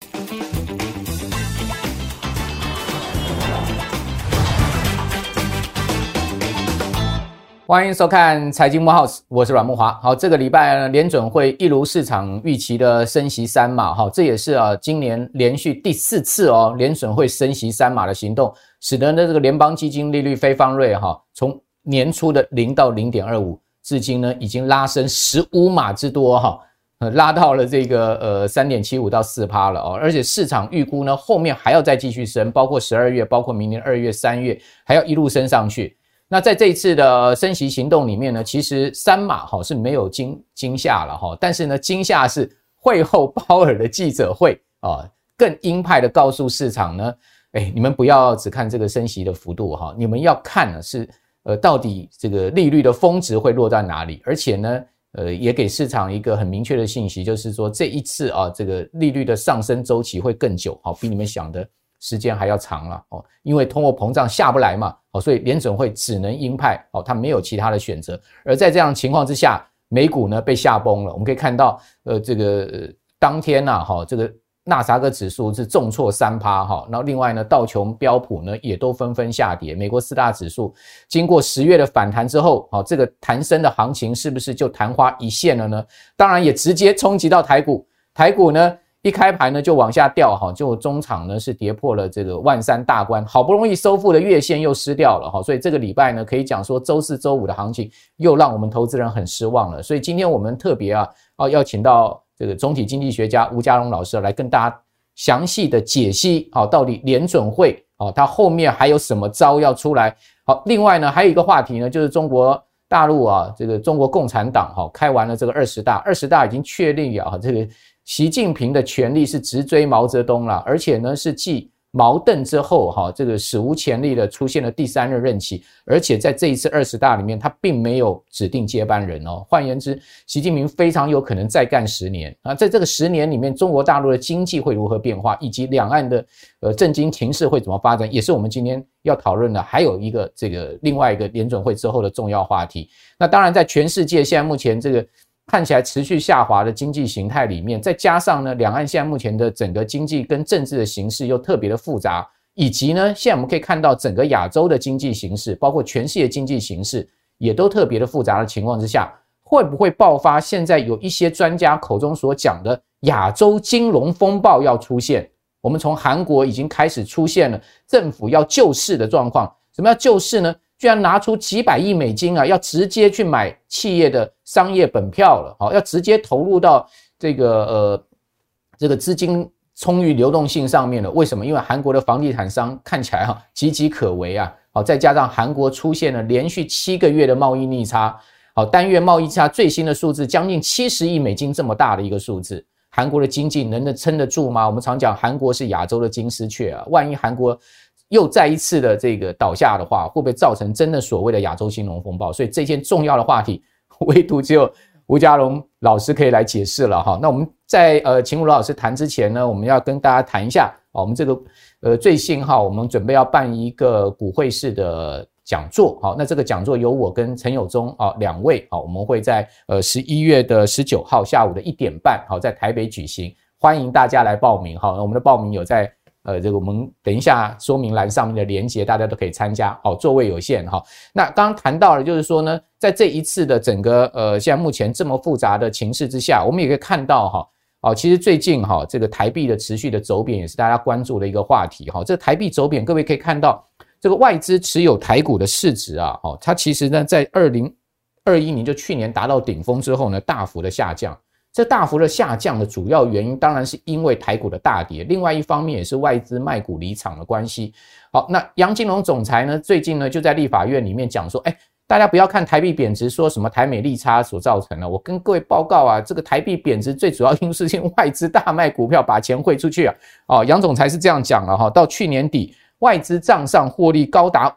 欢迎收看财经木 house， 我是阮慕骅。好，这个礼拜呢，联准会一如市场预期的升息3码，好，这也是今年连续第4次联准会升息3码的行动，使得呢这个联邦基金利率非方瑞从年初的0到 0.25， 至今呢已经拉升15码之多拉到了这个3.75 到 4% 了而且市场预估呢后面还要再继续升，包括12月，包括明年2月、3月还要一路升上去。那在这一次的升息行动里面呢，其实3码是没有惊吓了但是呢惊吓是会后鲍尔的记者会更鹰派的告诉市场呢，你们不要只看这个升息的幅度你们要看的是到底这个利率的峰值会落在哪里，而且呢也给市场一个很明确的信息，就是说这一次这个利率的上升周期会更久比你们想的时间还要长了因为通货膨胀下不来嘛所以联准会只能鹰派它没有其他的选择。而在这样的情况之下，美股呢被吓崩了。我们可以看到这个当天这个纳斯达克指数是重挫 3% 然后另外呢道琼标普呢也都纷纷下跌。美国4大指数经过10月的反弹之后这个弹升的行情是不是就昙花一现了呢？当然也直接冲击到台股。台股呢一开盘呢就往下掉就中场呢是跌破了这个13000大关，好不容易收复的月线又失掉了所以这个礼拜呢可以讲说周4周5的行情又让我们投资人很失望了。所以今天我们特别要请到这个总体经济学家吴嘉荣老师来跟大家详细的解析到底联准会它后面还有什么招要出来。好，另外呢还有一个话题呢，就是中国大陆这个中国共产党开完了这个20大已经确立这个习近平的权力是直追毛泽东了，而且呢是继毛邓之后这个史无前例的出现了第3任任期，而且在这一次20大里面他并没有指定接班人换言之，习近平非常有可能再干10年在这个10年里面，中国大陆的经济会如何变化，以及两岸的政经情势会怎么发展，也是我们今天要讨论的。还有一个这个另外一个联准会之后的重要话题。那当然在全世界现在目前这个看起来持续下滑的经济形态里面，再加上呢两岸现在目前的整个经济跟政治的形势又特别的复杂，以及呢现在我们可以看到整个亚洲的经济形势，包括全世界经济形势也都特别的复杂的情况之下，会不会爆发现在有一些专家口中所讲的亚洲金融风暴要出现？我们从韩国已经开始出现了政府要救市的状况。什么叫救市呢？居然拿出几百亿美金要直接去买企业的商业本票了要直接投入到这个资金充裕流动性上面了。为什么？因为韩国的房地产商看起来岌岌可危再加上韩国出现了连续7个月的贸易逆差单月贸易差最新的数字将近70亿美金这么大的一个数字，韩国的经济能撑得住吗？我们常讲韩国是亚洲的金丝雀万一韩国又再一次的这个倒下的话，会不会造成真的所谓的亚洲金融风暴？所以这件重要的话题唯独只有吴嘉荣老师可以来解释了那我们在请吴老师谈之前呢，我们要跟大家谈一下我们这个最新我们准备要办一个股汇市的讲座那这个讲座由我跟陈友忠2位我们会在11月19号下午的1点半在台北举行，欢迎大家来报名我们的报名有在这个我们等一下说明栏上面的连结，大家都可以参加座位有限那刚刚谈到了就是说呢，在这一次的整个现在目前这么复杂的情势之下，我们也可以看到其实最近这个台币的持续的走贬也是大家关注的一个话题这个台币走贬，各位可以看到这个外资持有台股的市值它其实呢在2021年就去年达到顶峰之后呢大幅的下降。这大幅的下降的主要原因当然是因为台股的大跌，另外一方面也是外资卖股离场的关系。好，那杨金龙总裁呢最近呢就在立法院里面讲说大家不要看台币贬值说什么台美利差所造成的，我跟各位报告这个台币贬值最主要因素是因为外资大卖股票把钱汇出去杨总裁是这样讲了到去年底外资账上获利高达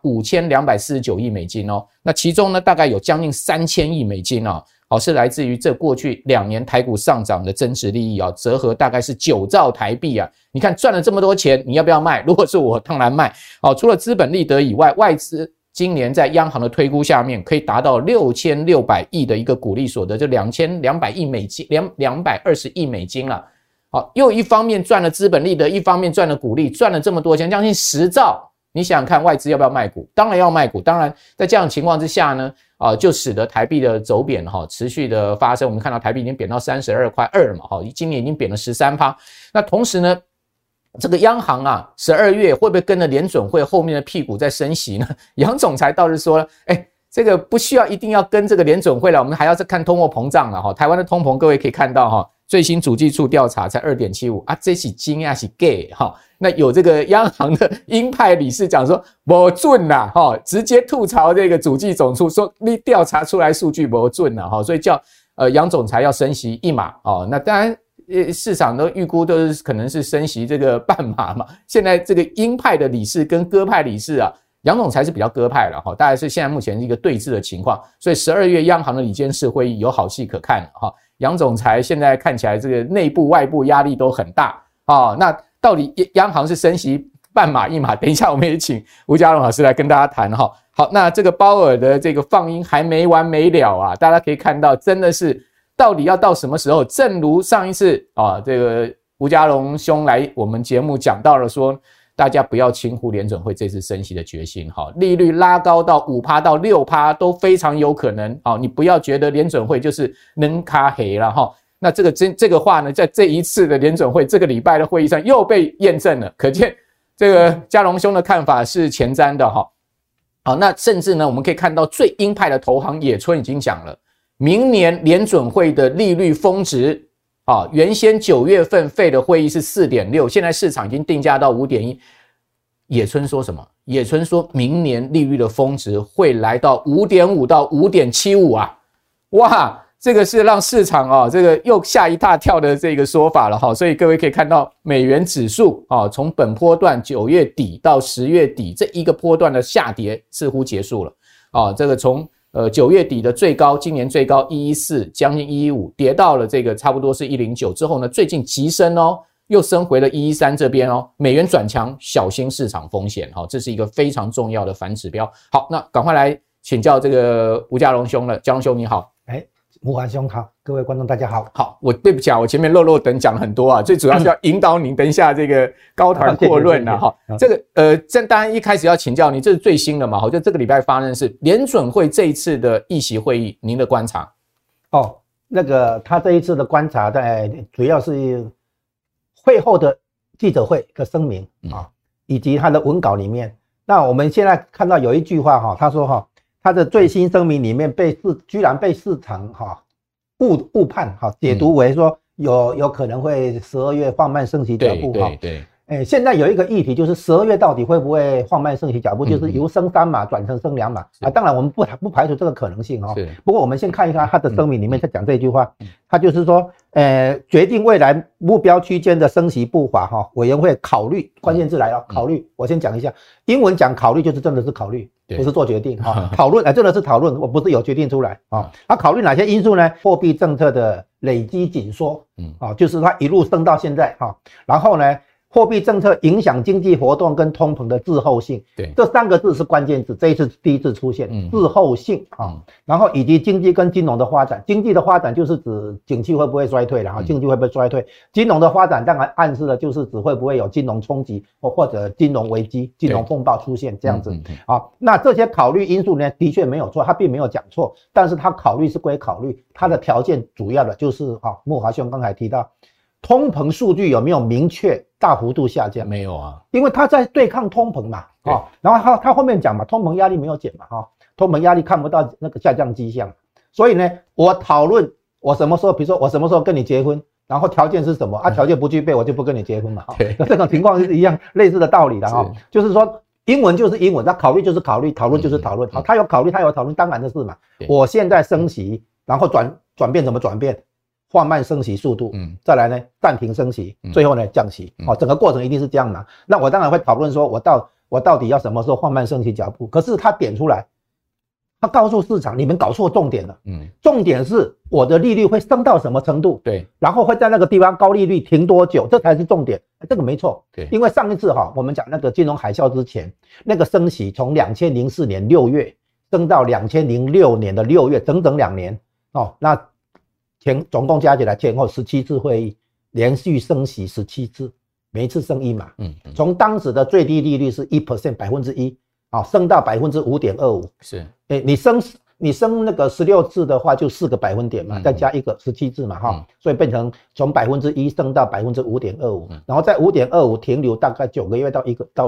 5249亿美金那其中呢大概有将近3000亿美金是来自于这过去2年台股上涨的真实利益折合大概是9兆台币你看赚了这么多钱，你要不要卖？如果是我当然卖除了资本利得以外，外资今年在央行的推估下面可以达到6600亿的一个股利所得，就2200亿美金，220亿美金了好，又一方面赚了资本利得，一方面赚了股利，赚了这么多钱，将近10兆。你想想看，外资要不要卖股？当然要卖股。当然，在这样的情况之下呢，就使得台币的走贬持续的发生。我们看到台币已经贬到32.2块嘛，今年已经贬了13%。那同时呢，这个央行啊，12月会不会跟着联准会后面的屁股在升息呢？杨总裁倒是说了，这个不需要一定要跟这个联准会了，我们还要再看通货膨胀了哈。台湾的通膨，各位可以看到哈，最新主计处调查才 2.75 啊，这是真啊是假哈。那有这个央行的鹰派理事讲说不准啦哈，直接吐槽这个主计总处说你调查出来数据不准啦哈，所以叫杨总裁要升息1码哦。那当然市场都预估都是可能是升息这个半码嘛。现在这个鹰派的理事跟鸽派理事啊。杨总裁是比较鸽派了哈，大概是现在目前一个对峙的情况，所以12月央行的理监事会议有好戏可看了哈。杨总裁现在看起来这个内部外部压力都很大啊，那到底央行是升息半码1码？等一下我们也请吴家龙老师来跟大家谈哈。好，那这个鲍尔的这个放音还没完没了啊，大家可以看到真的是到底要到什么时候？正如上一次啊，这个吴家龙兄来我们节目讲到了说。大家不要轻忽联准会这次升息的决心，利率拉高到 5% 到 6% 都非常有可能，你不要觉得联准会就是能卡黑了哈。那这个话呢，在这一次的联准会这个礼拜的会议上又被验证了，可见这个嘉龙兄的看法是前瞻的哈。好，那甚至呢，我们可以看到最鹰派的投行野村已经讲了，明年联准会的利率峰值。原先9月份费的会议是 4.6， 现在市场已经定价到 5.1。野村说什么？野村说明年利率的峰值会来到 5.5 到 5.75 啊！哇，这个是让市场这个又吓一大跳的这个说法了哈。所以各位可以看到美元指数从本波段9月底到10月底这一个波段的下跌似乎结束了这个从9月底的最高，今年最高114，将近115，跌到了这个差不多是109之后呢，最近急升又升回了113这边美元转强，小心市场风险这是一个非常重要的反指标。好，那赶快来请教这个吴家龙兄了，家龙兄你好。 木华兄好，各位观众大家好。 好，我对不起我前面漏等讲了很多啊，最主要是要引导您等一下这个高谈阔论哈。这个这当然一开始要请教你，这是最新的嘛，就这个礼拜发生的是联准会这一次的议息会议，您的观察？ 那个他这一次的观察主要是会后的记者会的声明以及他的文稿里面。那我们现在看到有一句话他说他的最新声明里面居然被市场误判解读为说有可能会12月放慢升息脚步对。 现在有一个议题就是12月到底会不会放慢升息脚步，就是由升3码转成升2码当然我们不排除这个可能性不过我们先看一下他的声明里面在讲这句话，他就是说决定未来目标区间的升息步伐委员会考虑，关键字来了考虑。我先讲一下，英文讲考虑就是真的是考虑，不是做决定讨论真的是讨论，我不是有决定出来他考虑哪些因素呢？货币政策的累积紧缩就是它一路升到现在然后呢货币政策影响经济活动跟通膨的滞后性， 对， 这3个字是关键字，这一次第一次出现滞后性然后以及经济跟金融的发展，经济的发展就是指景气会不会衰退了经济会不会衰退，金融的发展当然暗示的就是指会不会有金融冲击或者金融危机、金融风暴出现这样子那这些考虑因素呢，的确没有错，他并没有讲错，但是他考虑是归考虑，他的条件主要的就是木华兄刚才提到通膨数据有没有明确大幅度下降？ 没有啊， 因为他在对抗通膨嘛然后他后面讲嘛，通膨压力没有减嘛通膨压力看不到那个下降迹象，所以呢我讨论我什么时候，比如说我什么时候跟你结婚，然后条件是什么条件不具备我就不跟你结婚嘛这种情况是一样类似的道理的就是说英文就是英文，他考虑就是考虑，讨论就是讨论他有考虑他有讨论当然的事嘛我现在升息，然后转变怎么转变？放慢升息速度再来呢暂停升息最后呢降息整个过程一定是这样的那我当然会讨论说我到底要什么时候放慢升息脚步，可是他点出来，他告诉市场你们搞错重点了重点是我的利率会升到什么程度， 对， 然后会在那个地方高利率停多久，这才是重点这个没错对， 因为上一次我们讲那个金融海啸之前那个升息从2004年6月升到2006年的6月整整2年那总共加起来前后17次会议连续升息17次，每一次升1码。从当时的最低利率是1%， 1%，升到 5.25%。 是， 你升那个16次的话，就4个百分点嘛，再加一个17次嘛，所以变成从 1% 升到 5.25%，然后在 5.25 停留大概9个月到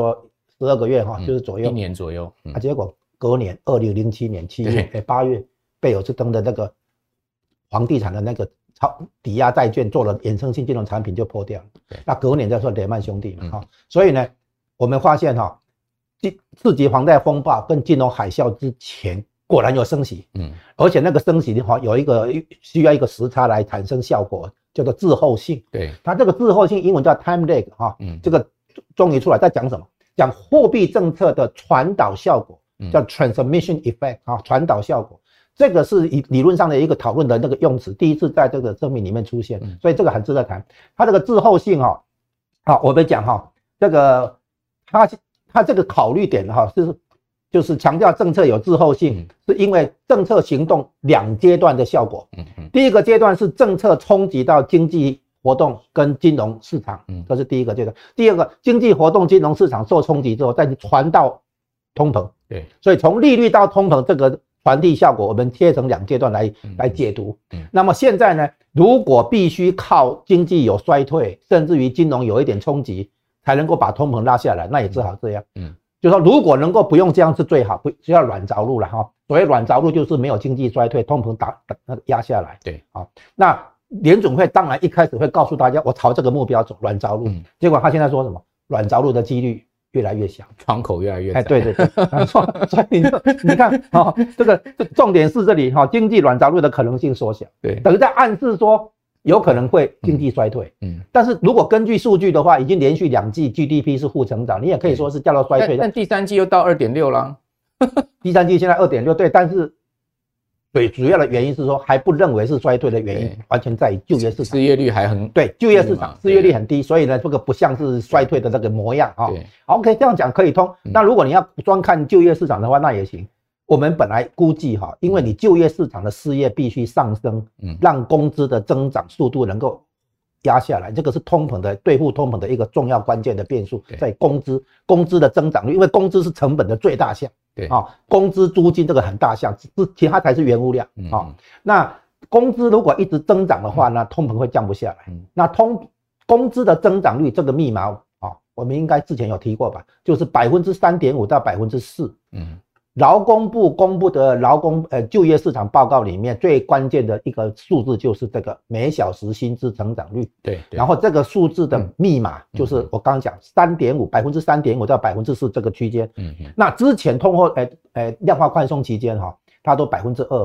12个月就是左右， 1年左右。 结果隔年2007年7月8月，贝尔斯登的那个房地产的那个抵押债券做了衍生性金融产品就破掉了。那隔年再说雷曼兄弟嘛，所以呢，我们发现次级房贷风暴跟金融海啸之前。果然有升息，而且那个升息的话，需要一个时差来产生效果，叫做滞后性。 对， 它这个滞后性英文叫 time lag 这个终于出来，在讲什么？讲货币政策的传导效果，叫 transmission effect 传导效果。这个是理论上的一个讨论的那个用词，第一次在这个证明里面出现，所以这个很值得谈。它这个滞后性我们讲这个它这个考虑点就是强调政策有滞后性，是因为政策行动2阶段的效果。第一个阶段是政策冲击到经济活动跟金融市场，这是第一个阶段。第二个，经济活动、金融市场受冲击之后，再传到通膨。对，所以从利率到通膨这个传递效果，我们切成2阶段来解读。那么现在呢，如果必须靠经济有衰退，甚至于金融有一点冲击，才能够把通膨拉下来，那也只好这样。就是说如果能够不用这样是最好，不需要软着陆了所谓软着陆就是没有经济衰退，通膨压下来。对，那联准会当然一开始会告诉大家，我朝这个目标走，软着陆。结果他现在说什么？软着陆的几率越来越小， 窗口越来越窄。 对，所以你看这个重点是这里经济软着陆的可能性缩小。对，等于在暗示说。有可能会经济衰退，但是如果根据数据的话，已经连续2季 GDP 是负成长，你也可以说是叫做衰退。 但第3季又到 2.6 了， 第3季现在 2.6， 对，但是主要的原因是说还不认为是衰退的原因，完全在于就业市场， 失业率还很对，就业市场失业率很低，所以呢，这个不像是衰退的这个模样OK， 这样讲可以通。那如果你要专看就业市场的话，那也行。我们本来估计因为你就业市场的失业必须上升，让工资的增长速度能够压下来，这个是对付通膨的一个重要关键的变数，在工资的增长率，因为工资是成本的最大项，对工资租金这个很大项，其他才是原物料那工资如果一直增长的话呢，通膨会降不下来。那工资的增长率这个密码我们应该之前有提过吧，就是 3.5% 到 4%。劳工部公布的就业市场报告里面最关键的一个数字就是这个每小时薪资成长率。对，然后这个数字的密码就是我刚刚讲 3.5% 到 4% 这个区间。那之前通货量化宽松期间它都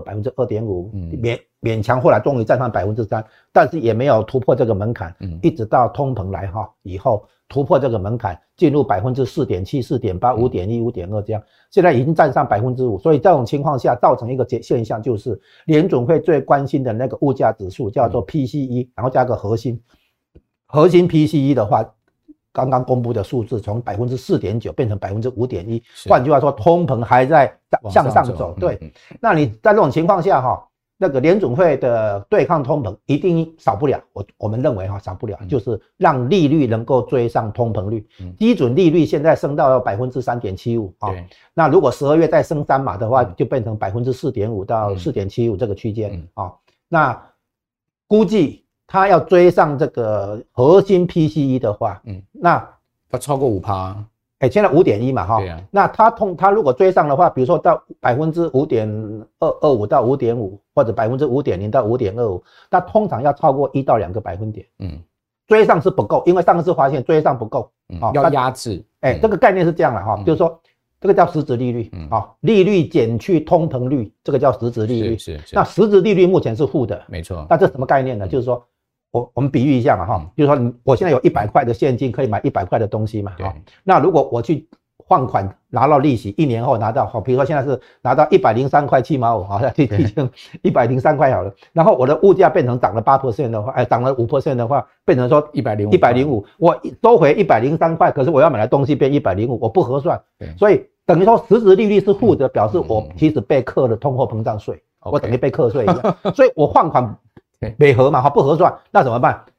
2%、2.5%，勉强后来终于站上 3%， 但是也没有突破这个门槛，一直到通膨来以后突破这个门槛，进入 4.7%、4.8%、5.1%、5.2%这样，现在已经站上 5%， 所以这种情况下造成一个现象，就是联准会最关心的那个物价指数叫做 PCE， 然后加个核心 PCE 的话，刚刚公布的数字从 4.9% 变成 5.1%， 换句话说通膨还在向上走。对，那你在这种情况下那个联准会的对抗通膨一定少不了，我们认为少不了，就是让利率能够追上通膨率。基准利率现在升到 3.75%， 那如果12月再升3码的话，就变成 4.5% 到 4.75% 这个区间那估计它要追上这个核心 PCE 的话，那它超过 5%。 现在 5.1 嘛那它如果追上的话，比如说到 5.25% 到 5.5%， 或者 5.0% 到 5.25%， 那通常要超过1到2个百分点。追上是不够，因为上次发现追上不够要压制。 这个概念是这样的就是说这个叫实质利率利率减去通膨率，这个叫实质利率。是那实质利率目前是负的，没错。那这什么概念呢？就是说我们比喻一下嘛就是说我现在有100块的现金可以买100块的东西嘛那如果我去换款拿到利息，1年后拿到比如说现在是拿到103块7毛5提成103块好了，然后我的物价变成涨了 8% 的话涨了 5% 的话，变成说105，我收回103块，可是我要买的东西变105，我不合算。所以等于说实质利率是负的，表示我其实被课了通货膨胀税，我等于被课税一样所以我换款没合嘛不合算，那怎么办？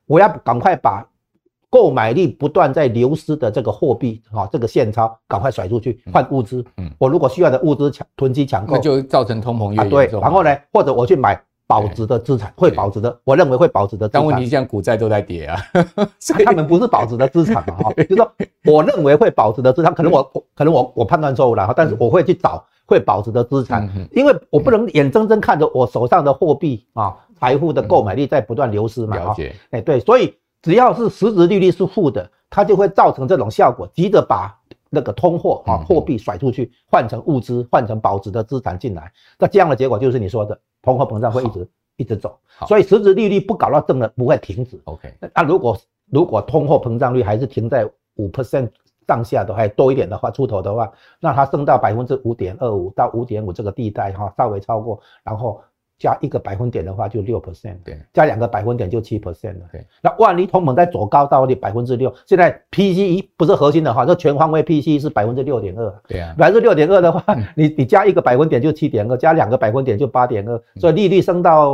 我要赶快把购买力不断在流失的这个货币这个现钞赶快甩出去换物资。我如果需要的物资囤积抢购， 那就造成通膨越严重。 对，然后呢，或者我去买保值的资产，会保值的，我认为会保值的资产。 但问题现在股债都在跌啊， 他们不是保值的资产嘛，就是说我认为会保值的资产，可能我判断错误了，但是我会去找会保值的资产，因为我不能眼睁睁看着我手上的货币财富的购买力在不断流失嘛。 了解。 对，所以只要是实质利率是负的，它就会造成这种效果，急着把那个通货货币甩出去，换成物资，换成保值的资产进来，那这样的结果就是你说的通货膨胀会一直走，所以实质利率不搞到正的不会停止。 OK， 那如果通货膨胀率还是停在 5% 上下的，还多一点的话，出头的话，那它升到 5.25% 到 5.5% 这个地带稍微超过，然后加1个百分点的话就 6%， 对， 加2个百分点就 7% 了。 对， 那万一通膨再走高到 6%， 现在 PCE 不是核心的话，这全方位 PCE 是 6.2%。对啊，6.2% 的话，你加1个百分点就 7.2%， 加2个百分点就 8.2%， 所以利率升到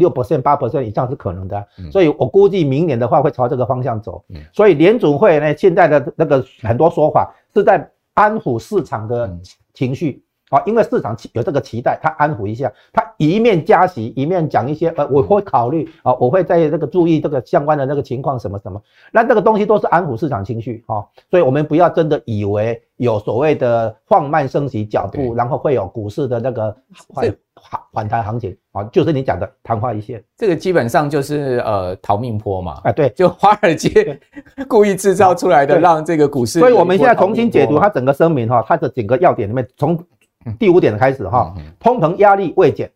6%、8% 以上是可能的。所以我估计明年的话会朝这个方向走。所以联准会呢，现在的那个很多说法是在安抚市场的情绪。因为市场有这个期待，他安抚一下，他一面加息，一面讲一些我会考虑我会在这个注意这个相关的那个情况什么什么，那这个东西都是安抚市场情绪所以我们不要真的以为有所谓的放慢升息脚步，然后会有股市的那个反弹行情就是你讲的昙花一现， 这个基本上就是逃命坡嘛。 对， 就华尔街故意制造出来的，让这个股市。 所以我们现在重新解读它整个声明它的整个要点里面，从第5点开始通膨压力未减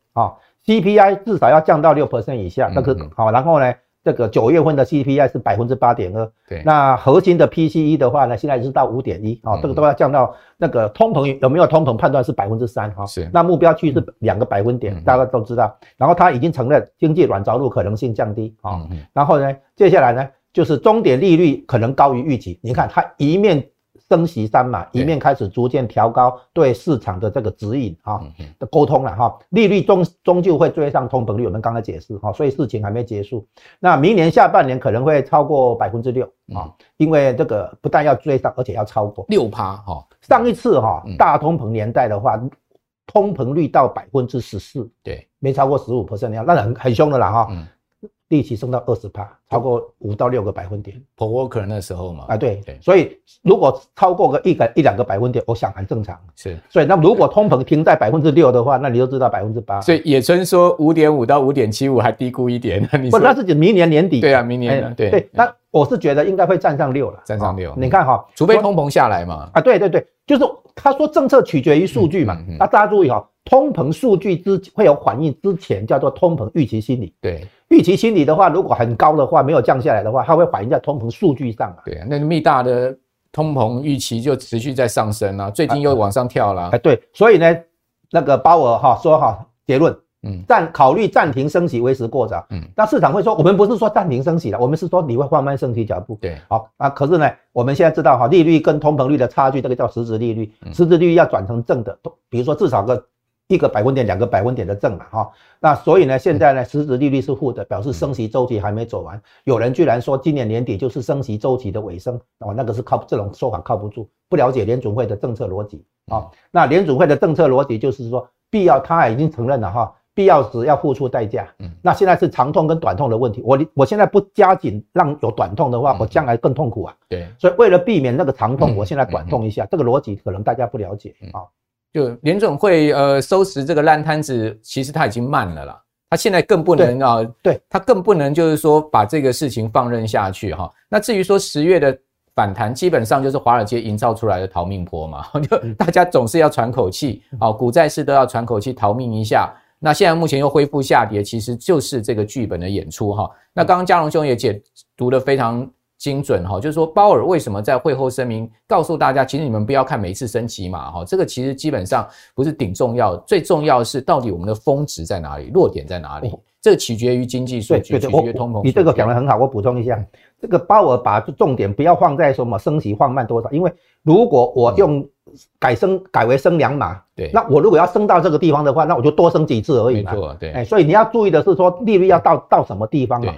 CPI 至少要降到 6% 以下，这个然后呢，这个9月份的 CPI 是 8.2%， 对，那核心的 PCE 的话呢，现在是到 5.1%， 这个都要降到那个通膨有没有通膨判断是 3%， 是，那目标区是2个百分点，大家都知道，然后他已经承认经济软着陆可能性降低然后呢，接下来呢就是终点利率可能高于预期，你看他一面升息3码，一面开始逐渐调高对市场的这个指引的沟通了利率终究会追上通膨率，我们刚才解释所以事情还没结束。那明年下半年可能会超过 6% 因为这个不但要追上，而且要超过 6% 上一次大通膨年代的话，通膨率到 14%， 对，没超过 15% 那样，那很凶的啦利息升到 20%， 超过5到6个百分点。 Paul Volcker 那时候嘛， 对，所以如果超过个1、2个百分点，我想很正常。是，所以那如果通膨停在 6% 的话，那你就知道 8%。 所以野村说 5.5 到 5.75 还低估一点， 不，那是指明年年底。 对啊，明年对，那我是觉得应该会站上6了， 站上6。 你看除非通膨下来嘛。 对，就是他说政策取决于数据嘛，大家注意通膨数据会有反应之前叫做通膨预期心理。对，预期心理的话，如果很高的话，没有降下来的话，它会反映在通膨数据上对啊，那密大的通膨预期就持续在上升最近又往上跳了对，所以呢，那个鲍尔说结论，考虑暂停升息为时过早。那市场会说，我们不是说暂停升息了，我们是说你会放慢升息脚步。对，可是呢，我们现在知道利率跟通膨率的差距，这个叫实质利率，实质利率要转成正的，比如说至少1个百分点、2个百分点的正嘛那所以呢，现在呢，实质利率是负的，表示升息周期还没走完。有人居然说今年年底就是升息周期的尾声那个是这种说法靠不住，不了解联准会的政策逻辑那联准会的政策逻辑就是说，他已经承认了必要时要付出代价。那现在是长痛跟短痛的问题。我现在不加紧让有短痛的话，我将来更痛苦对，所以为了避免那个长痛，我现在短痛一下。这个逻辑可能大家不了解就联准会收拾这个烂摊子，其实它已经慢了啦。它现在更不能对，它更不能就是说把这个事情放任下去那至于说10月的反弹，基本上就是华尔街营造出来的逃命坡嘛，就大家总是要喘口气股债市都要喘口气逃命一下。那现在目前又恢复下跌，其实就是这个剧本的演出那刚刚嘉龙兄也解读得非常精准就是说鲍尔为什么在会后声明告诉大家，其实你们不要看每一次升息嘛这个其实基本上不是顶重要，最重要的是到底我们的峰值在哪里，弱点在哪里，这个取决于经济数据，取决于通膨。 你这个讲得很好，我补充一下，这个鲍尔把重点不要放在什么升息放慢多少，因为如果我用改为升2码，对，那我如果要升到这个地方的话，那我就多升几次而已嘛。没错，对，所以你要注意的是说利率要到什么地方嘛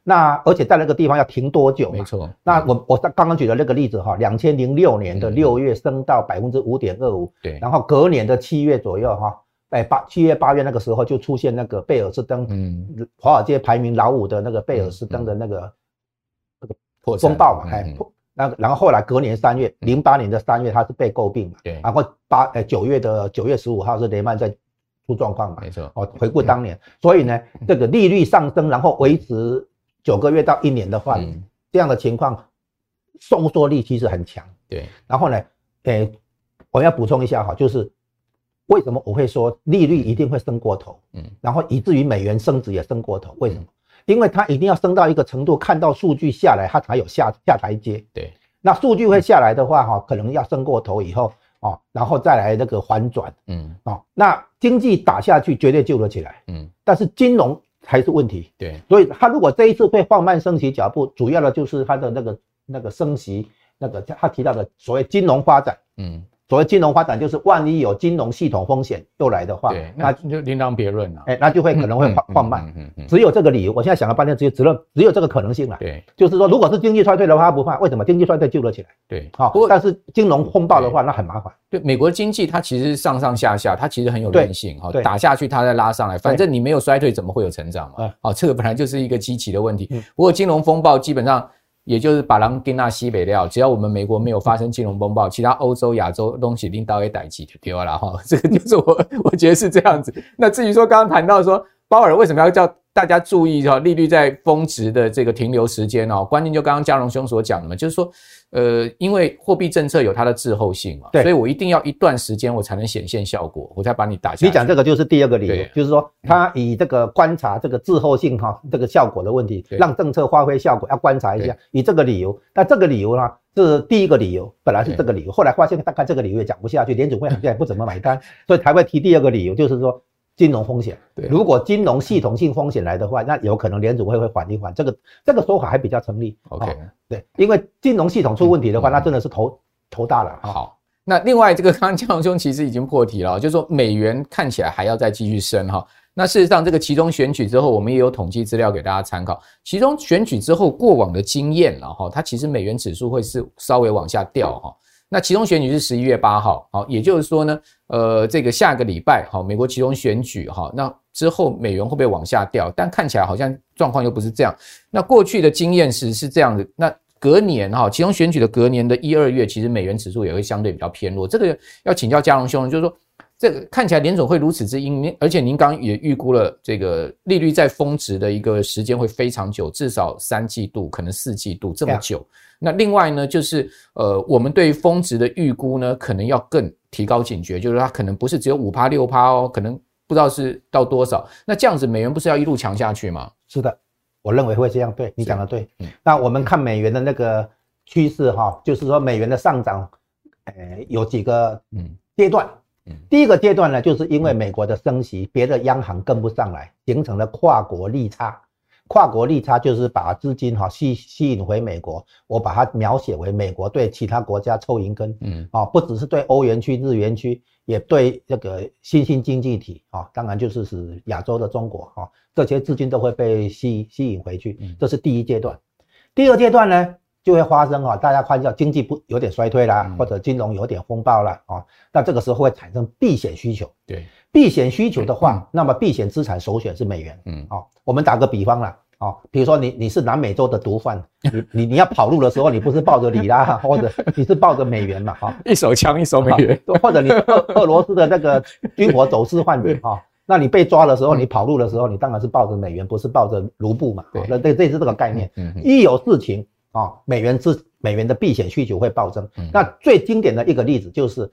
那而且在那个地方要停多久？ 没错。 那我刚刚举的那个例子哈，2006年的6月升到5.25%，对，然后隔年的7月左右哈，7月8月那个时候就出现那个贝尔斯登，华尔街排名老5的那个贝尔斯登的那个风暴嘛，然后后来隔年3月，08年的3月它是被诟病嘛，对，然后9月15号是雷曼在出状况嘛，没错，回顾当年，所以呢，这个利率上升，然后维持9个月到1年的话，这样的情况收缩力其实很强，对，然后呢，我要补充一下哈，就是为什么我会说利率一定会升过头，然后以至于美元升值也升过头，为什么？因为它一定要升到一个程度，看到数据下来，它才有下台阶。对，那数据会下来的话，可能要升过头以后，然后再来那个反转。那经济打下去绝对救得起来。但是金融才是问题。对，所以它如果这一次会放慢升息脚步，主要的就是它的那个升息，那个他提到的所谓金融发展。所谓金融发展，就是万一有金融系统风险又来的话， 那就另当别论了。 那就会可能会放慢。只有这个理由，我现在想了半天，只有这个可能性了。对，就是说，如果是经济衰退的话，它不怕，为什么？经济衰退救得起来。对，不过但是金融风暴的话，那很麻烦。 对，美国经济它其实上上下下，它其实很有韧性。打下去它再拉上来，反正你没有衰退，怎么会有成长嘛？这个本来就是一个基期的问题。不过金融风暴基本上，也就是把人跟那西北料，只要我们美国没有发生金融风暴，其他欧洲、亚洲东西拎到一代机就丢了哈。这个就是我觉得是这样子。那至于说刚刚谈到说鲍尔为什么要叫大家注意利率在峰值的这个停留时间关键就刚刚嘉荣兄所讲的嘛，就是说因为货币政策有它的滞后性嘛，所以我一定要一段时间我才能显现效果，我才把你打下去。 你讲这个就是第二个理由，就是说他以这个观察这个滞后性这个效果的问题，让政策发挥效果要观察一下，以这个理由。那这个理由呢是第一个理由，本来是这个理由，后来发现大概这个理由也讲不下去，联准会好像也不怎么买单，所以才会提第二个理由，就是说金融风险。如果金融系统性风险来的话，那有可能联准会缓一缓，这个说法还比较成立。OK，对，因为金融系统出问题的话，那真的是头大了。 好，那另外这个刚刚嘉荣兄其实已经破题了，就是说美元看起来还要再继续升哈。那事实上这个期中选举之后，我们也有统计资料给大家参考。期中选举之后过往的经验了哈，它其实美元指数会是稍微往下掉哈。那期中选举是11月8号，好，也就是说呢，这个下个礼拜，好，美国期中选举，哈，那之后美元会不会往下掉？但看起来好像状况又不是这样。那过去的经验是这样的，那隔年哈，期中选举的隔年的1、2月，其实美元指数也会相对比较偏弱。这个要请教嘉荣兄，就是说，这个看起来联总会如此之鹰，而且您刚刚也预估了这个利率在峰值的一个时间会非常久，至少3季度，可能4季度这么久。那另外呢，就是我们对于峰值的预估呢，可能要更提高警觉，就是它可能不是只有 5%、6% 哦，可能不知道是到多少。那这样子美元不是要一路强下去吗？ 是的，我认为会这样，对，你讲的对。那我们看美元的那个趋势哈，就是说美元的上涨，有几个阶段。第一个阶段呢，就是因为美国的升息，别的央行跟不上来，形成了跨国利差。跨国利差就是把资金吸引回美国，我把它描写为美国对其他国家抽银根，不只是对欧元区、日元区，也对这个新兴经济体当然就是指亚洲的中国这些资金都会被吸引回去，这是第一阶段。第二阶段呢，就会发生大家看到经济有点衰退啦，或者金融有点风暴啦那这个时候会产生避险需求。对，避险需求的话，那么避险资产首选是美元。我们打个比方啦比如说你是南美洲的毒贩，你要跑路的时候，你不是抱着里拉，或者你是抱着美元嘛一手枪一手美元， 或者你是俄罗斯的那个军火走私贩子那你被抓的时候，你跑路的时候，你当然是抱着美元，不是抱着卢布嘛。那这是这个概念。一有事情美元的避险需求会暴增。那最经典的一个例子就是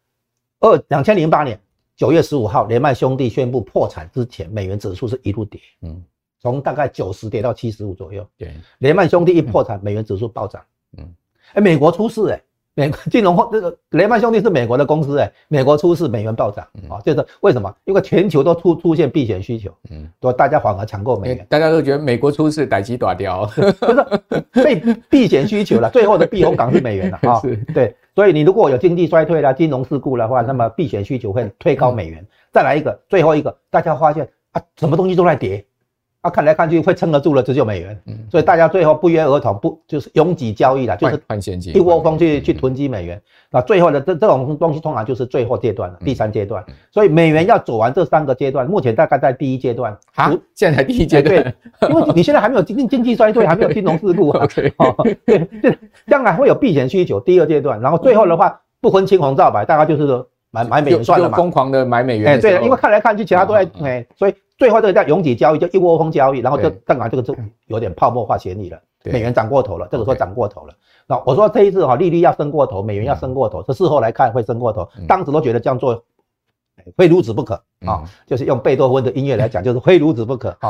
2008年9月15号，雷曼兄弟宣布破产之前，美元指数是一路跌，从大概90跌到75左右。对，雷曼兄弟一破产，美元指数暴涨。美国出事美国金融这个雷曼兄弟是美国的公司美国出事，美元暴涨就是为什么？因为全球都出现避险需求，所以大家反而抢购美元。 大家都觉得美国出事，代志大条， 就是被避险需求了，最后的避风港是美元了对，所以你如果有经济衰退啦、金融事故的话，那么避险需求会推高美元。再来一个，最后一个，大家发现什么东西都在跌。 看来看去会撑得住的只有美元，所以大家最后不约而同就是拥挤交易了，就是换现金， 一窝蜂去囤积美元。那最后的这种东西通常就是最后阶段了，第3阶段。所以美元要走完这3个阶段，目前大概在第1阶段。 现在才第1阶段， 对，因为你现在还没有经济衰退，还没有金融事故啊。对，将来会有避险需求，第2阶段，然后最后的话不分青红皂白，大概就是说买美元算了嘛， 疯狂的买美元。 对，因为看来看去其他都在所以最后这个叫拥挤交易，就一窝蜂交易，然后就当然这个就有点泡沫化嫌疑了，美元涨过头了，这个时候涨过头了。那我说这一次利率要升过头，美元要升过头，这事后来看会升过头，当时都觉得这样做非如此不可就是用贝多芬的音乐来讲，就是非如此不可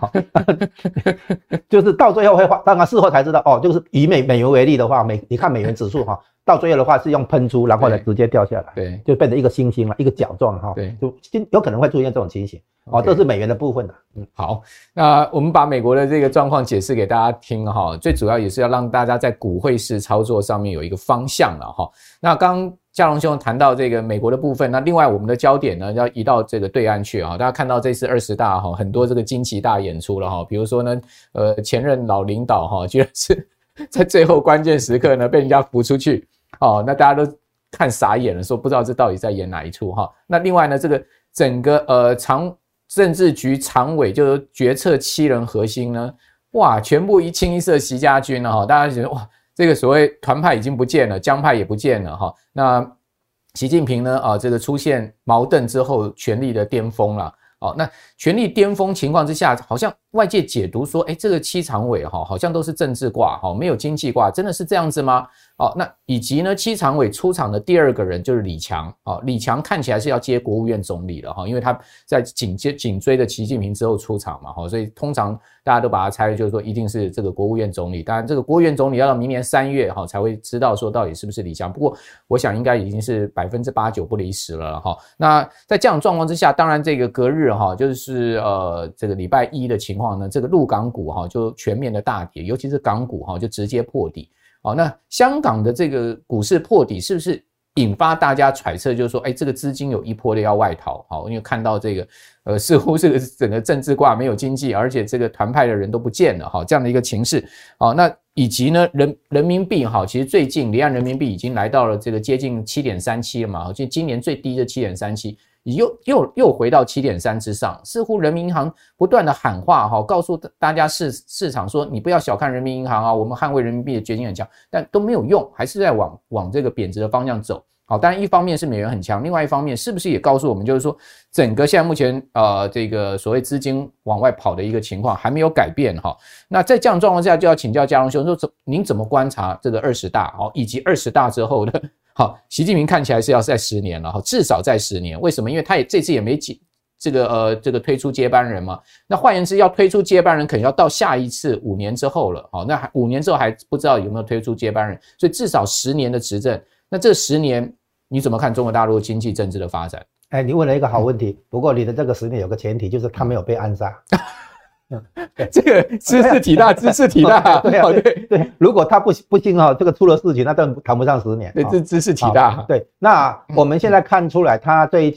就是到最后会当然事后才知道就是以美元为例的话，你看美元指数到最后的话是用喷出，然后呢直接掉下来， 对， 就变成一个星星了，一个角状对， 就有可能会出现这种情形这是美元的部分好，那我们把美国的这个状况解释给大家听最主要也是要让大家在股汇市操作上面有一个方向了那刚嘉龙兄谈到这个美国的部分，那另外我们的焦点呢要移到这个对岸去大家看到这次20大很多这个惊奇大演出了比如说呢前任老领导居然是在最后关键时刻呢被人家扶出去那大家都看傻眼了，说不知道这到底在演哪一出那另外呢这个整个政治局常委就是决策7人核心呢，哇，全部一清一色习家军了大家觉得哇，这个所谓团派已经不见了，江派也不见了那习近平呢这个出现矛盾之后权力的巅峰了那权力巅峰情况之下，好像外界解读说这个7常委好像都是政治挂没有经济挂，真的是这样子吗？那以及呢7常委出场的第2个人就是李强李强看起来是要接国务院总理了因为他在紧追的习近平之后出场嘛所以通常大家都把他猜就是说一定是这个国务院总理，当然这个国务院总理要到明年3月才会知道说到底是不是李强，不过我想应该已经是89%不离10了那在这样的状况之下，当然这个隔日就是这个礼拜1的情况呢，这个陆港股就全面的大跌，尤其是港股就直接破底那香港的这个股市破底是不是引发大家揣测，就是说这个资金有一波的要外逃因为看到这个似乎这个整个政治挂没有经济，而且这个团派的人都不见了这样的一个情势那以及呢人民币其实最近离岸人民币已经来到了这个接近 7.37 了嘛，就今年最低的 7.37又回到 7.3 之上，似乎人民银行不断的喊话告诉大家市场说你不要小看人民银行我们捍卫人民币的决心很强，但都没有用，还是在往这个贬值的方向走当然一方面是美元很强，另外一方面是不是也告诉我们就是说整个现在目前这个所谓资金往外跑的一个情况还没有改变那在这样的状况下就要请教嘉龙兄说您怎么观察这个20大以及20大之后的习近平看起来是要在10年了至少在10年，为什么？因为他这次也没这个推出接班人嘛，那换言之要推出接班人可能要到下一次5年之后了那5年之后还不知道有没有推出接班人，所以至少10年的执政，那这10年你怎么看中国大陆经济政治的发展？ 你问了一个好问题，不过你的这个10年有个前提，就是他没有被暗杀这个知识体大对，如果他不幸这个出了事情，那当然谈不上10年。 对，这知识体大。 对，那我们现在看出来，他这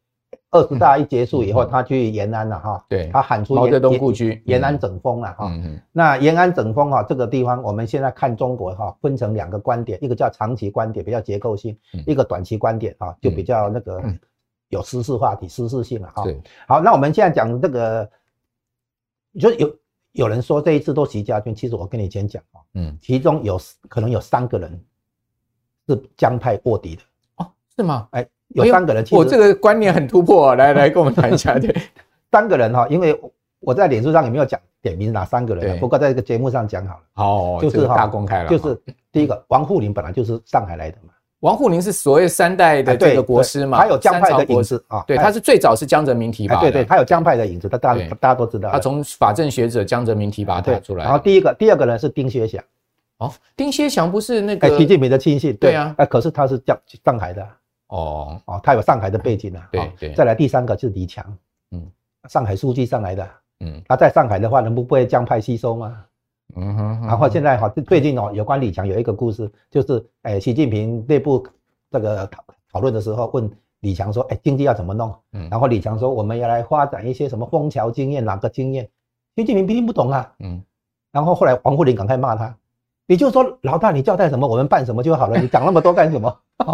20大一结束以后，他去延安了对， 他喊出毛泽东故居延安整风了那延安整风这个地方，我们现在看中国分成2个观点，一个叫长期观点，比较结构性；一个短期观点就比较那个有时事话题、时事性了好，那我们现在讲这个。就有人说这一次都习家军，其实我跟你先讲其中可能有3个人是江派卧底的是吗？ 有3个人，其实我这个观念很突破来跟我们谈一下对 ，3个人因为我在脸书上也没有点名哪3个人不过在这个节目上讲好了就是大公开了， 就是第一个王沪宁本来就是上海来的嘛。 王沪宁是所谓3代的这个国师嘛， 他有江派的影子对，他是最早是江泽民提拔的， 对，他有江派的影子，大家都知道， 他从法政学者江泽民提拔他出来。 然后第2个人是丁薛祥， 丁薛祥不是那个习近平的亲信， 对啊， 可是他是上海的他有上海的背景对， 再来第3个是李强，上海书记上来的，他在上海的话能不被江派吸收吗？然后现在最近有关李强有一个故事，就是习近平内部这个讨论的时候问李强说经济要怎么弄然后李强说我们要来发展一些什么枫桥经验哪个经验习近平听不懂啊。然后后来王沪宁赶快骂他，你就说老大你交代什么我们办什么就好了，你讲那么多干什么？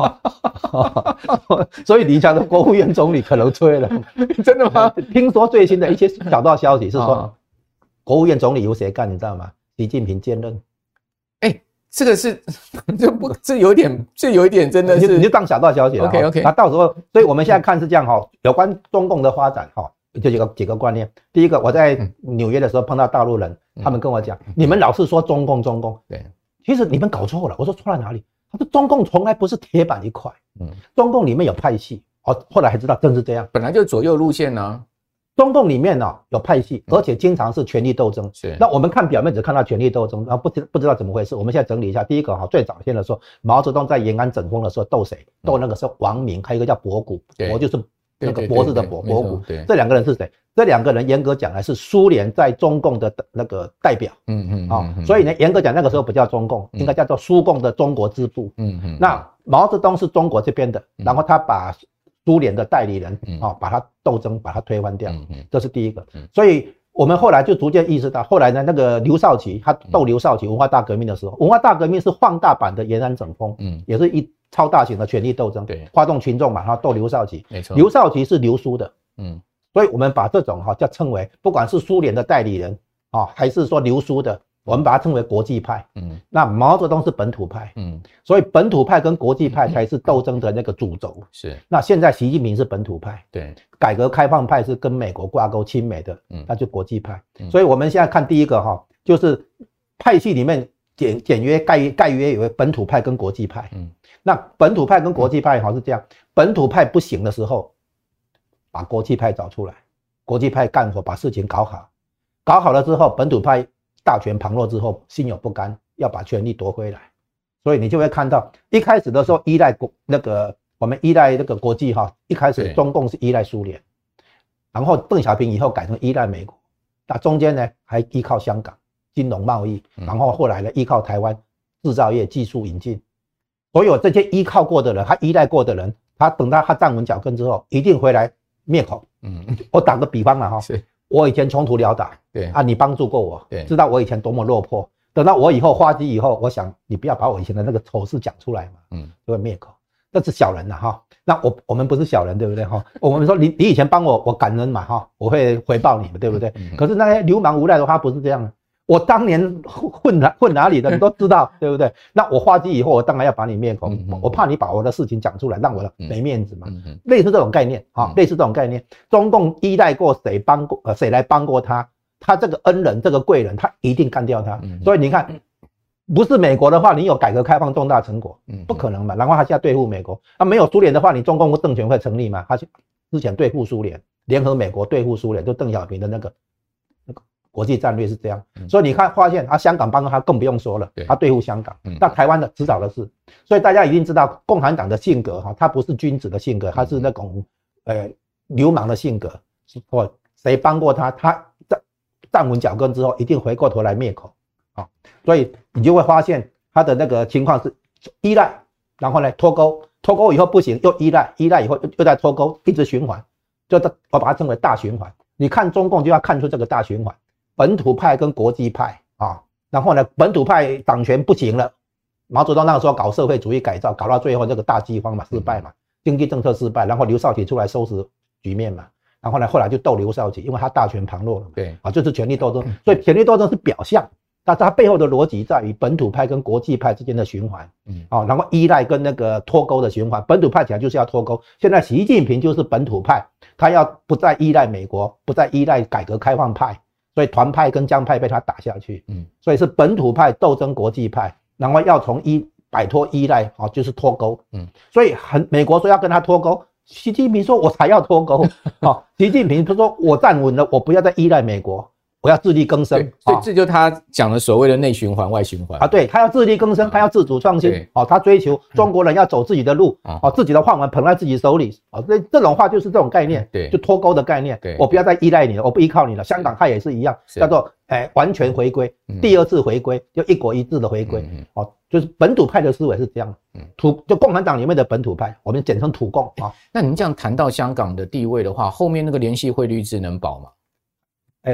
所以李强的国务院总理可能吹了。 真的吗？ 听说最新的一些小道消息是说，国务院总理由谁干你知道吗？习近平兼任。 这个是这有一点真的是你就当小道消息了。 OK， 那到时候，所以我们现在看是这样有关中共的发展就几个观念。第一个，我在纽约的时候碰到大陆人，他们跟我讲，你们老是说中共，对，其实你们搞错了。我说错在哪里？他说中共从来不是铁板一块，中共里面有派系。后来还知道真是这样， 本来就左右路线呢。 中共里面有派系，而且经常是权力斗争。那我们看表面只看到权力斗争，然后不知道怎么回事。我们现在整理一下，第一个最早先的时候，毛泽东在延安整风的时候斗谁？斗那个是王明，还有一个叫博古，博就是那个博士的博古。这两个人是谁？这两个人严格讲来是苏联在中共的那个代表。所以呢，严格讲那个时候不叫中共，应该叫做苏共的中国支部。那毛泽东是中国这边的，然后他把苏联的代理人把他斗争，把他推翻掉，这是第一个。所以我们后来就逐渐意识到，后来呢，那个刘少奇他斗刘少奇文化大革命的时候，文化大革命是放大版的延安整风，也是一超大型的权力斗争，发动群众嘛，然后斗刘少奇。没错，刘少奇是刘苏的，所以我们把这种叫称为，不管是苏联的代理人还是说刘苏的，我们把它称为国际派。那毛泽东是本土派。所以本土派跟国际派才是斗争的那个主轴。是。那现在习近平是本土派。对。改革开放派是跟美国挂钩亲美的，那就国际派。所以我们现在看第一个就是派系里面简约概约有本土派跟国际派。那本土派跟国际派是这样，本土派不行的时候，把国际派找出来，国际派干活把事情搞好，搞好了之后，本土派大权旁落之后，心有不甘，要把权力夺回来，所以你就会看到，一开始的时候我们依赖那个国际一开始中共是依赖苏联，然后邓小平以后改成依赖美国，那中间呢还依靠香港金融贸易，然后后来呢依靠台湾制造业技术引进，所有这些依靠过的人，他依赖过的人，他等到他站稳脚跟之后，一定回来灭口。我打个比方了我以前穷途潦倒，你帮助过我，知道我以前多么落魄。等到我以后发迹以后，我想你不要把我以前的那个丑事讲出来嘛，就会灭口。这是小人那我们不是小人，对不对我们说你以前帮我感恩嘛我会回报你们，对不对？可是那些流氓无赖的话不是这样的。我当年混哪里的你都知道，对不对？那我发迹以后，我当然要把你灭口，我怕你把我的事情讲出来，让我没面子嘛。类似这种概念类似这种概念，中共依赖过谁，帮过谁来帮过他，他这个恩人这个贵人，他一定干掉他。所以你看，不是美国的话，你有改革开放重大成果，不可能嘛。然后他现在对付美国，没有苏联的话，你中共政权会成立吗？他之前对付苏联，联合美国对付苏联，就邓小平的那个国际战略是这样。所以你看发现香港帮他更不用说了，他对付香港，那台湾的迟早的事。所以大家一定知道共产党的性格他不是君子的性格，他是那种流氓的性格。谁帮过他，他站稳脚跟之后一定回过头来灭口所以你就会发现他的那个情况是依赖，然后呢脱钩以后不行，又依赖以后又再脱钩，一直循环，我把它称为大循环。你看中共就要看出这个大循环，本土派跟国际派然后呢本土派掌权不行了，毛泽东那个时候搞社会主义改造，搞到最后这个大饥荒嘛，失败嘛，经济政策失败，然后刘少奇出来收拾局面嘛，然后呢后来就斗刘少奇，因为他大权旁落了嘛，就是权力斗争。所以权力斗争是表象，但是它背后的逻辑在于本土派跟国际派之间的循环然后依赖跟那个脱钩的循环。本土派起来就是要脱钩，现在习近平就是本土派，他要不再依赖美国，不再依赖改革开放派，所以团派跟江派被他打下去所以是本土派斗争国际派，然后要从摆脱依赖就是脱钩所以美国说要跟他脱钩，习近平说我才要脱钩习近平说我站稳了，我不要再依赖美国，我要自力更生。 所以这就是他讲的所谓的内循环外循环对，他要自力更生，他要自主创新他追求中国人要走自己的路自己的饭碗捧在自己手里这种话就是这种概念，就脱钩的概念。我不要再依赖你了，我不依靠你了。香港它也是一样，叫做完全回归，第二次回归，就一国一制的回归就是本土派的思维是这样就共产党里面的本土派，我们简称土共那您这样谈到香港的地位的话，后面那个联系汇率制能保吗？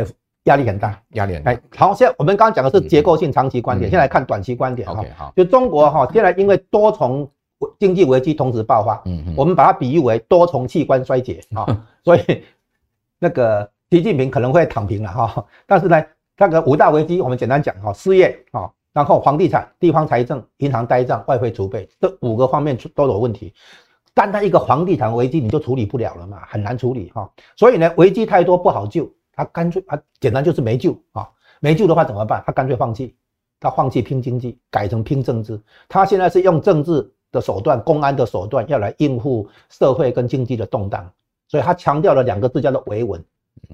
压力很大， 压力很大。 好，现在我们刚刚讲的是结构性长期观点，现在来看短期观点。 OK， 好， 就中国现在因为多重经济危机同时爆发，我们把它比喻为多重器官衰竭所以那个习近平可能会躺平了但是呢，那个5大危机我们简单讲失业然后房地产、地方财政、银行呆账、外汇储备这5个方面都有问题。单单一个房地产危机你就处理不了了嘛，很难处理所以呢，危机太多不好救，他干脆简单就是没救没救的话怎么办？他干脆放弃，他放弃拼经济，改成拼政治。他现在是用政治的手段、公安的手段要来应付社会跟经济的动荡，所以他强调了2个字叫做维稳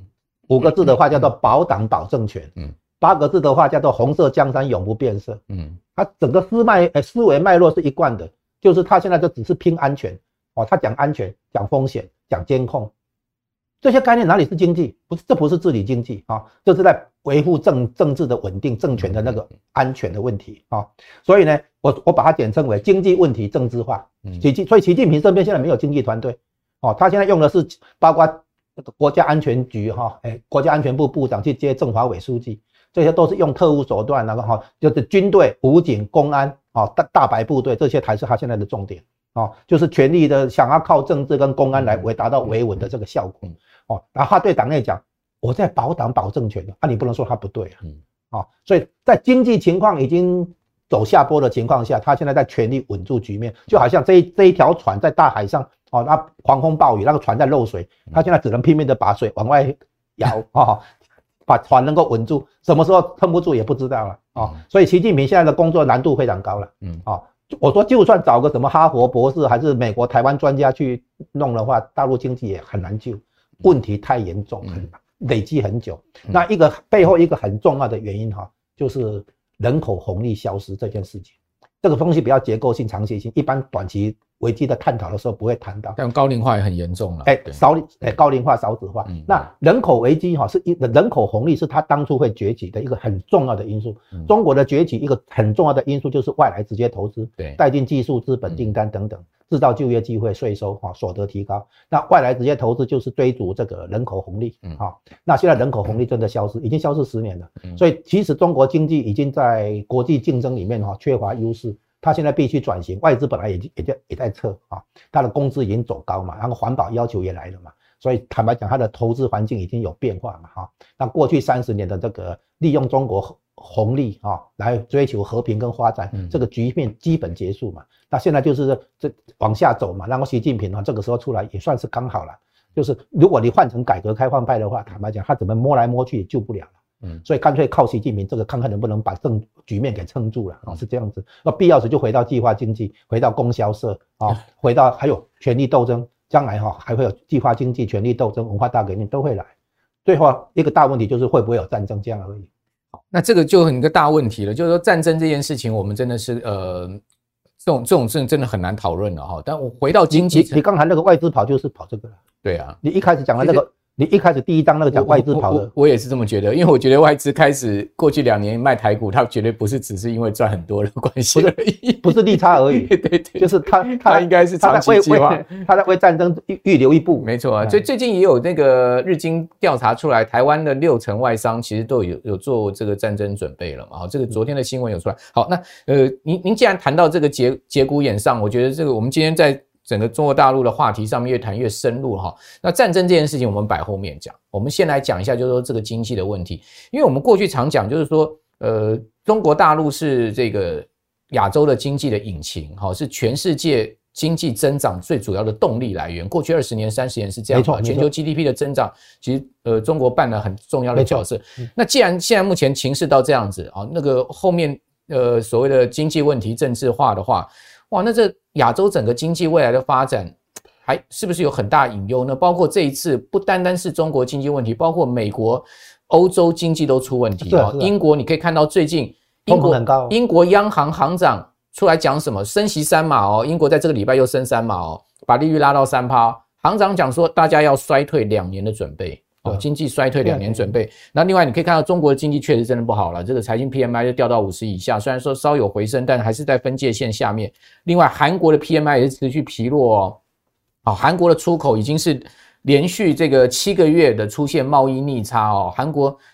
，5个字的话叫做保党保政权，8个字的话叫做红色江山永不变色。他整个思维脉络是一贯的，就是他现在就只是拼安全他讲安全、讲风险、讲监控，这些概念哪里是经济？这不是治理经济这是在维护政治的稳定、政权的那个安全的问题所以呢，我把它简称为经济问题政治化。所以习近平身边现在没有经济团队他现在用的是包括国家安全局国家安全部部长去接政法委书记，这些都是用特务手段，然后就是军队、武警、公安大白部队，这些才是他现在的重点就是全力的想要靠政治跟公安来达到维稳的这个效果然后他对党内讲，我在保党保政权你不能说他不对所以在经济情况已经走下坡的情况下，他现在在全力稳住局面，就好像这一条船在大海上那狂风暴雨，那个船在漏水，他现在只能拼命的把水往外摇把船能够稳住，什么时候撑不住也不知道了所以习近平现在的工作难度非常高了我说就算找个什么哈佛博士还是美国台湾专家去弄的话，大陆经济也很难救，问题太严重，累积很久。那背后一个很重要的原因就是人口红利消失这件事情。这个东西比较结构性、长期性，一般短期危机的探讨的时候不会谈到。 但高龄化也很严重了。 高龄化、少子化。那人口危机是人口红利是它当初会崛起的一个很重要的因素。中国的崛起一个很重要的因素就是外来直接投资，带进技术、资本、订单等等，制造就业机会、税收所得提高。那外来直接投资就是追逐这个人口红利那现在人口红利真的消失，已经消失10年了。所以其实中国经济已经在国际竞争里面缺乏优势。他现在必须转型，外资本来也在撤他的工资已经走高嘛，然后环保要求也来了嘛，所以坦白讲，他的投资环境已经有变化嘛那过去30年的这个利用中国红利来追求和平跟发展，这个局面基本结束嘛。那现在就是这往下走嘛，然后习近平这个时候出来也算是刚好了，就是如果你换成改革开放派的话，坦白讲，他怎么摸来摸去也救不了了。所以干脆靠习近平这个看看能不能把局面给撑住了是这样子。那必要时就回到计划经济，回到供销社回到还有权力斗争，将来还会有计划经济、权力斗争、文化大革命都会来。最后一个大问题就是会不会有战争，这样而已。 那这个就很一个大问题了，就是说战争这件事情，我们真的是这种真的很难讨论了但我回到经济， 你刚才那个外资跑就是跑这个了。 对啊， 你一开始讲的那个。你一开始第一章那个讲外资跑的， 我也是这么觉得，因为我觉得外资开始过去2年卖台股，它绝对不是只是因为赚很多的关系而已， 不是利差而已。对，就是他应该是长期计划， 他在为战争预留一步。 没错所以最近也有那个日经调查出来，台湾的60%外商其实都有做这个战争准备了嘛。这个昨天的新闻有出来。好，那您既然谈到这个节骨眼上，我觉得这个我们今天在整个中国大陆的话题上面越谈越深入那战争这件事情我们摆后面讲，我们先来讲一下就是说这个经济的问题。因为我们过去常讲就是说中国大陆是这个亚洲的经济的引擎是全世界经济增长最主要的动力来源。过去20年30年是这样全球 GDP 的增长其实中国扮了很重要的角色。那既然现在目前情势到这样子那个后面所谓的经济问题政治化的话，哇，那这亚洲整个经济未来的发展还是不是有很大隐忧呢？包括这一次不单单是中国经济问题，包括美国、欧洲经济都出问题英国你可以看到最近英国央行行长出来讲什么升息3码英国在这个礼拜又升3码把利率拉到 3%， 行长讲说大家要衰退2年的准备经济衰退2年准备。那另外你可以看到中国的经济确实真的不好了，这个财经 PMI 就掉到50以下，虽然说稍有回升，但还是在分界线下面。另外韩国的 PMI 也是持续疲弱韩国的出口已经是连续这个7个月的出现贸易逆差韩国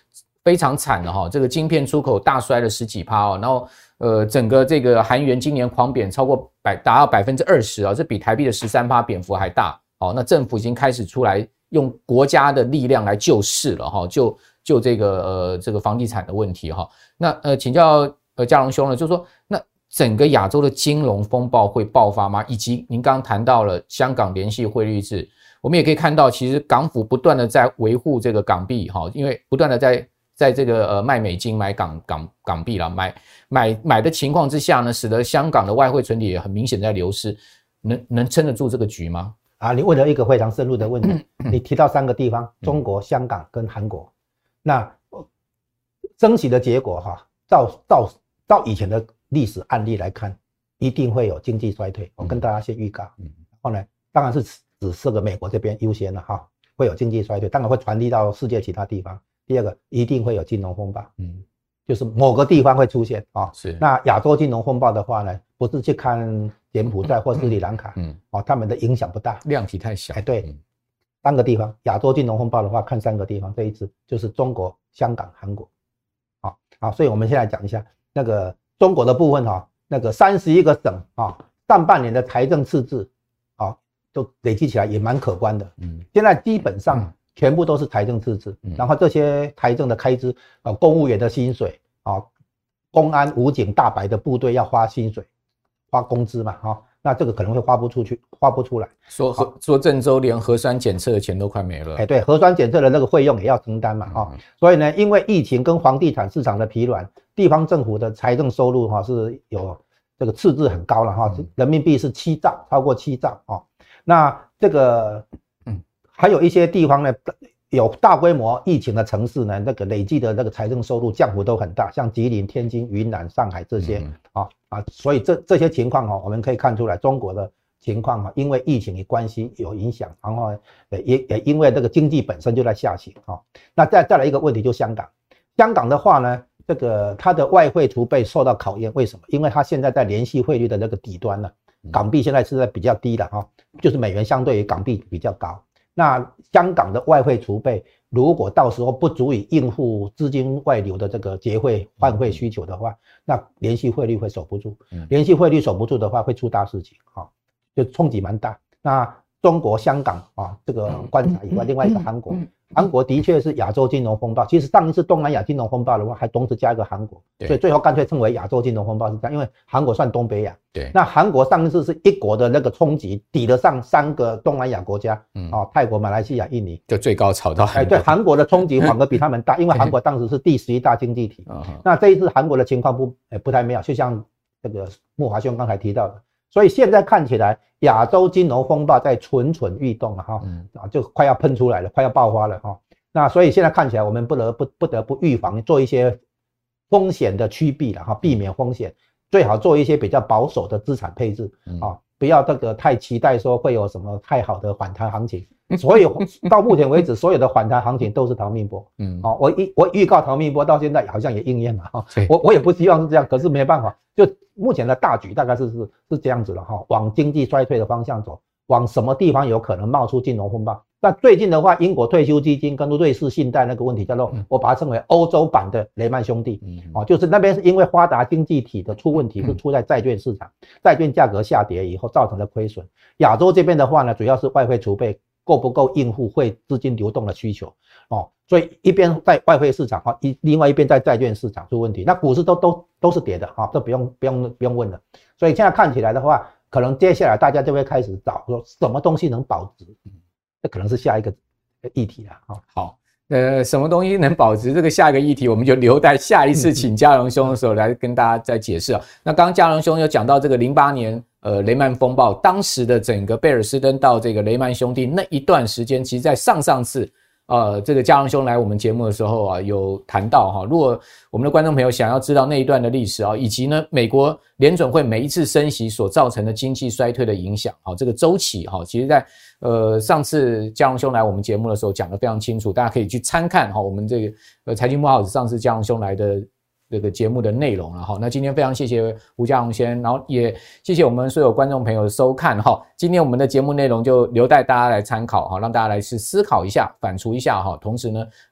非常惨的哈，这个晶片出口大衰了10几%哦，然后整个这个韩元今年狂贬超过达到20%啊，这比台币的13%贬幅还大。好，那政府已经开始出来用国家的力量来救市了哈，就这个房地产的问题哈。那请教嘉龙兄呢，就是说那整个亚洲的金融风暴会爆发吗？以及您刚刚谈到了香港联系汇率制，我们也可以看到，其实港府不断的在维护这个港币哈，因为不断的在这个卖美金买港币啦，买的情况之下呢，使得香港的外汇存底也很明显在流失，能撑得住这个局吗？ 你问了一个非常深入的问题，你提到3个地方，中国、香港跟韩国，那升息的结果哈，照以前的历史案例来看，一定会有经济衰退。我跟大家先预告，然后呢，当然是只是个美国这边优先了哈，会有经济衰退，当然会传递到世界其他地方。第二个，一定会有金融风暴，就是某个地方会出现啊。是。那亚洲金融风暴的话呢，不是去看柬埔寨或斯里兰卡，他们的影响不大， 量体太小。 对，3个地方，亚洲金融风暴的话，看3个地方，这一次就是中国、香港、韩国。好，所以我们现在讲一下那个中国的部分哈，那个31个省啊，上半年的财政赤字啊，都累积起来也蛮可观的。现在基本上全部都是财政赤字，然后这些财政的开支，公务员的薪水啊，公安、武警、大白的部队要花薪水、花工资嘛，那这个可能会花不出来。 说郑州连核酸检测的钱都快没了。 对，核酸检测的那个费用也要承担嘛，所以呢，因为疫情跟房地产市场的疲软，地方政府的财政收入是有这个赤字很高了哈，人民币是7兆，超过7兆啊。那这个还有一些地方呢，有大规模疫情的城市呢，那个累计的那个财政收入降幅都很大，像吉林、天津、云南、上海这些所以这些情况我们可以看出来中国的情况因为疫情的关系有影响，然后也因为这个经济本身就在下行那再来一个问题，就香港的话呢，这个它的外汇储备受到考验，为什么？因为它现在在联系汇率的那个底端呢，港币现在是在比较低的就是美元相对于港币比较高。那香港的外汇储备如果到时候不足以应付资金外流的这个结汇换汇需求的话，那联系汇率会守不住，联系汇率守不住的话会出大事情就冲击蛮大。那中国香港这个观察以外，另外一个韩国的确是亚洲金融风暴，其实上一次东南亚金融风暴的话还同时加一个韩国，所以最后干脆称为亚洲金融风暴是这样，因为韩国算东北亚。对，那韩国上一次是一国的那个冲击抵得上3个东南亚国家泰国、马来西亚、印尼， 就最高炒到对，韩国的冲击反而比他们大，因为韩国当时是第11大经济体。那这一次韩国的情况不太妙，就像这个慕华兄刚才提到的，所以现在看起来亚洲金融风暴在蠢蠢欲动了就快要喷出来了，快要爆发了那所以现在看起来我们不得不预防，做一些风险的趋避了避免风险，最好做一些比较保守的资产配置不要这个太期待说会有什么太好的反弹行情。所以到目前为止所有的反弹行情都是逃命波。我预告逃命波到现在好像也应验了我也不希望是这样，可是没办法，就目前的大局大概是这样子了往经济衰退的方向走，往什么地方有可能冒出金融风暴。那最近的话，英国退休基金跟瑞士信贷那个问题叫做我把它称为欧洲版的雷曼兄弟就是那边是因为发达经济体的出问题是出在债券市场，债券价格下跌以后造成的亏损。亚洲这边的话呢，主要是外汇储备够不够应付会资金流动的需求所以一边在外汇市场另外一边在债券市场出问题，那股市都是跌的这不用问了。所以现在看起来的话，可能接下来大家就会开始找说什么东西能保值，这可能是下一个议题了好，什么东西能保值？这个下一个议题我们就留待下一次请嘉龙兄的时候来跟大家再解释那刚刚嘉龙兄有讲到这个08年雷曼风暴，当时的整个贝尔斯登到这个雷曼兄弟那一段时间，其实在上次这个嘉龙兄来我们节目的时候有谈到如果我们的观众朋友想要知道那一段的历史以及呢美国联准会每一次升息所造成的经济衰退的影响这个周期其实在上次嘉龙兄来我们节目的时候讲得非常清楚，大家可以去参看我们这个财经慕 House 上次嘉龙兄来的这个节目的内容了那今天非常谢谢吴嘉龙先生，然后也谢谢我们所有观众朋友的收看今天我们的节目内容就留待大家来参考让大家来思考一下，反刍一下同时呢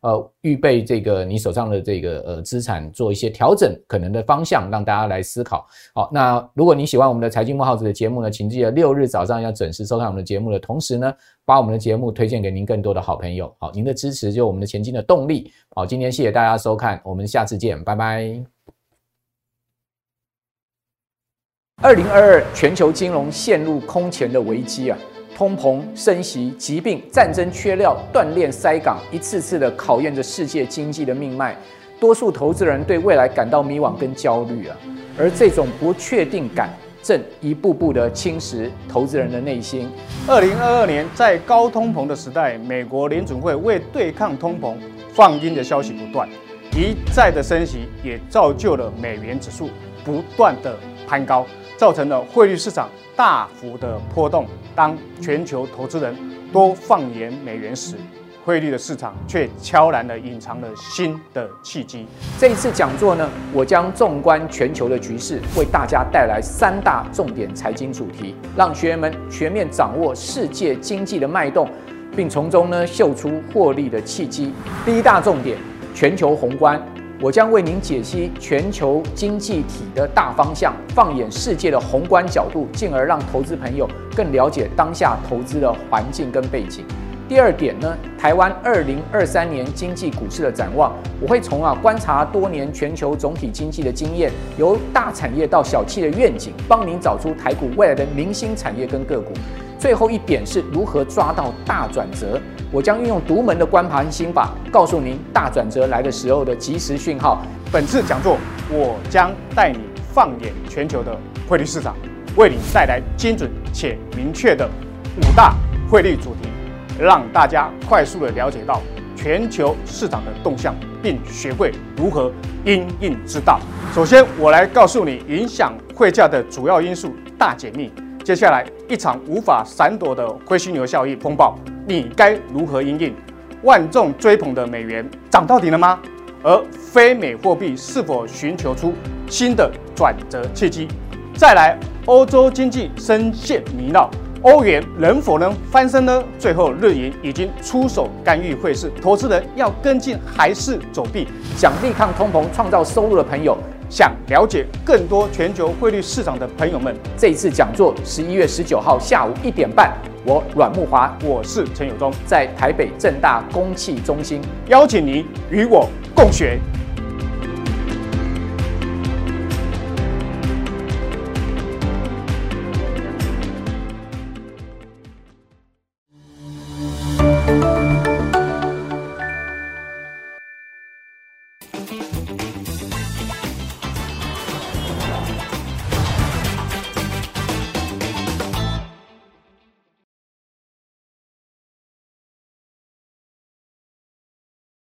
预备这个你手上的这个资产做一些调整可能的方向，让大家来思考。好，那如果你喜欢我们的财经木号子的节目呢，请记得6日早上要准时收看我们的节目的同时呢，把我们的节目推荐给您更多的好朋友。好，您的支持就是我们的前进的动力。好，今天谢谢大家收看，我们下次见，拜拜。2022全球金融陷入空前的危机啊！通膨、升息、疾病、战争、缺料、断链、塞港，一次次的考验着世界经济的命脉。多数投资人对未来感到迷惘跟焦虑啊，而这种不确定感正一步步的侵蚀投资人的内心。 2022年，在高通膨的时代，美国联准会为对抗通膨放鹰的消息不断，一再的升息也造就了美元指数不断的攀高，造成了汇率市场大幅的波动。当全球投资人都放眼美元时，汇率的市场却悄然地隐藏了新的契机。 这一次讲座呢，我将纵观全球的局势，为大家带来3大重点财经主题，让学员们全面掌握世界经济的脉动，并从中呢嗅出获利的契机。第一大重点，全球宏观。我将为您解析全球经济体的大方向，放眼世界的宏观角度，进而让投资朋友更了解当下投资的环境跟背景。第二点呢，台湾2023年经济股市的展望，我会从观察多年全球总体经济的经验，由大产业到小企的愿景，帮您找出台股未来的明星产业跟个股。最后一点是如何抓到大转折，我将运用独门的观盘心法，告诉您大转折来的时候的及时讯号。 本次讲座，我将带你放眼全球的汇率市场，为你带来精准且明确的5大汇率主题，让大家快速的了解到全球市场的动向，并学会如何因应之道。首先，我来告诉你影响汇价的主要因素大解密。接下来，一场无法闪躲的灰犀牛效应风暴，你该如何因应？万众追捧的美元涨到底了吗？而非美货币是否寻求出新的转折契机？再来，欧洲经济深陷泥淖，欧元能否翻身呢？最后，日银已经出手干预汇市，投资人要跟进还是走避？ 想力抗通膨、创造收入的朋友， 想了解更多全球汇率市场的朋友们， 这一次讲座11月19号下午1点半，我阮慕骅， 我是陈友忠， 在台北政大公企中心， 邀请您与我共学。